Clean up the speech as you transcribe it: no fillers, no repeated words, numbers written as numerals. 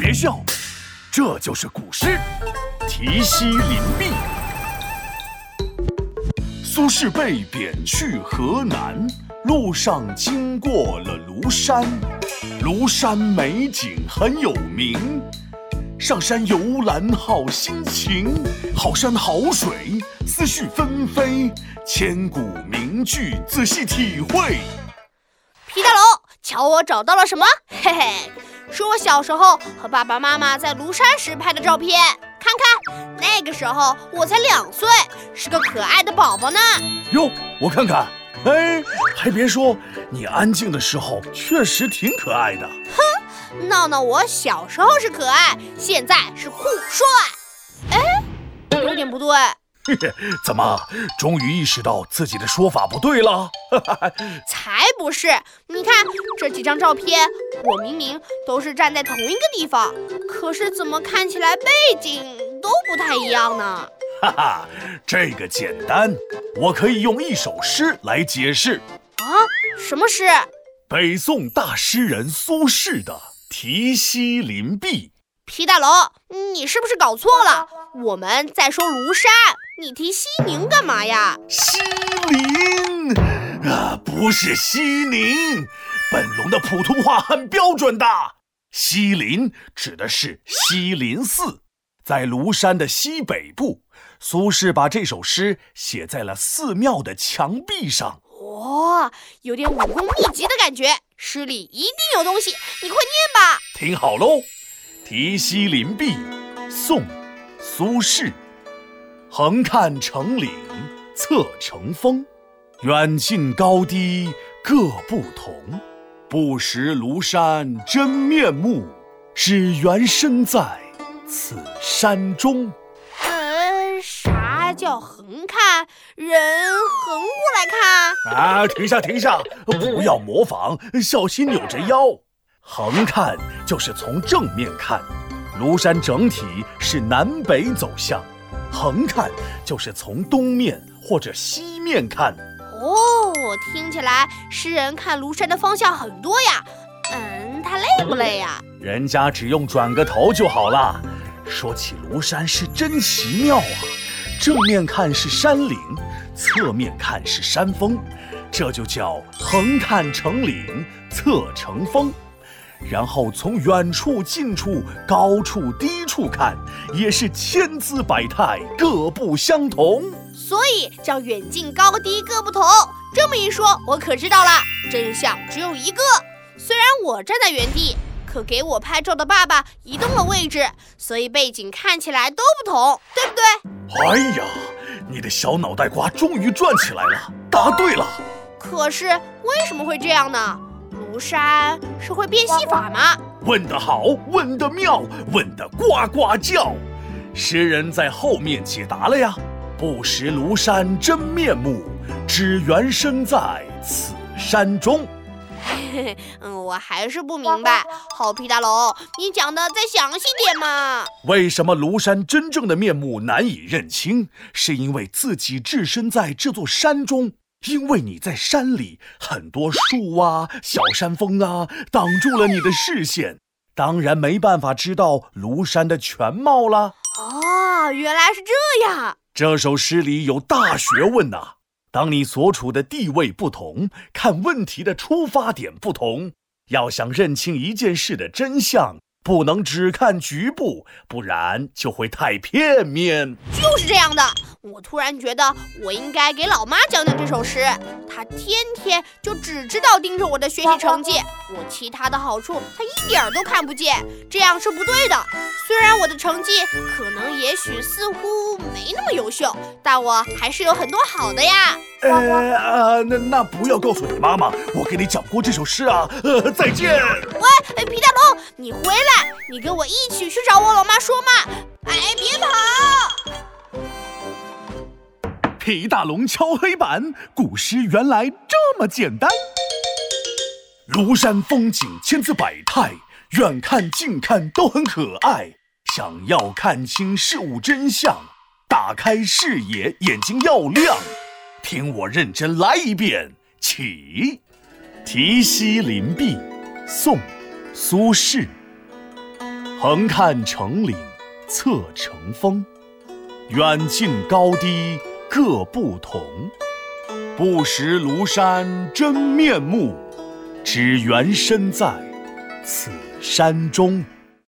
别笑，这就是古诗《题西林壁》。苏轼被贬去河南，路上经过了庐山。庐山美景很有名，上山游览好心情，好山好水，思绪纷飞，千古名句仔细体会。 皮大龙，瞧我找到了什么？嘿嘿，是我小时候和爸爸妈妈在庐山时拍的照片。看看，那个时候我才2岁，是个可爱的宝宝呢。 哟，我看看，哎，还别说，你安静的时候确实挺可爱的。 哼，闹闹，我小时候是可爱，现在是酷帅。哎，有点不对。 嘿嘿，怎么，终于意识到自己的说法不对了？ 才不是！你看这几张照片，我明明都是站在同一个地方，可是怎么看起来背景都不太一样呢？ 哈哈，这个简单，我可以用一首诗来解释。 啊，什么诗？ 北宋大诗人苏轼的《题西林壁》。 皮大龙，你是不是搞错了？我们在说庐山，你提西宁干嘛呀？ 西林啊，不是西宁。本龙的普通话很标准的。西林指的是西林寺，在庐山的西北部。苏轼把这首诗写在了寺庙的墙壁上。 哇，有点武功秘籍的感觉，诗里一定有东西，你快念吧。 听好喽，《题西林壁》，宋·苏轼。横看成岭侧成峰，远近高低各不同。不识庐山真面目，只缘身在此山中。 啥叫横看？人横过来看？ 啊，停下停下，不要模仿，小心扭着腰。横看就是从正面看，庐山整体是南北走向；横看就是从东面或者西面看。 哦，听起来诗人看庐山的方向很多呀。他累不累呀？ 人家只用转个头就好了。说起庐山是真奇妙啊，正面看是山岭，侧面看是山峰，这就叫横看成岭侧成峰。然后从远处近处高处低处看，也是千姿百态各不相同， 所以叫远近高低各不同。这么一说，我可知道了，真相只有一个。虽然我站在原地，可给我拍照的爸爸移动了位置，所以背景看起来都不同，对不对？ 哎呀，你的小脑袋瓜终于转起来了，答对了。 可是为什么会这样呢？庐山是会变戏法吗？ 问得好，问得妙，问得呱呱叫。诗人在后面解答了呀，不识庐山真面目，只缘身在此山中。 我还是不明白。好，皮大龙，你讲的再详细点嘛。 为什么庐山真正的面目难以认清？是因为自己置身在这座山中，因为你在山里，很多树啊、小山峰啊，挡住了你的视线，当然没办法知道庐山的全貌了。 哦，原来是这样。 这首诗里有大学问呐。当你所处的地位不同，看问题的出发点不同，要想认清一件事的真相，不能只看局部，不然就会太片面。 就是这样的。我突然觉得我应该给老妈讲讲这首诗，她天天就只知道盯着我的学习成绩，我其他的好处她一点都看不见，这样是不对的。虽然我的成绩可能似乎没那么优秀，但我还是有很多好的呀。 那不要告诉你妈妈，我给你讲过这首诗啊。再见。 喂，皮大龙，你回来，你跟我一起去找我老妈说嘛。哎，别跑！ 皮大龙敲黑板，古诗原来这么简单。庐山风景千姿百态，远看近看都很可爱。想要看清事物真相，打开视野，眼睛要亮。听我认真来一遍，起。题西林壁，宋·苏轼。 横看成岭侧成峰，远近高低各不同。不识庐山真面目，只缘身在此山中。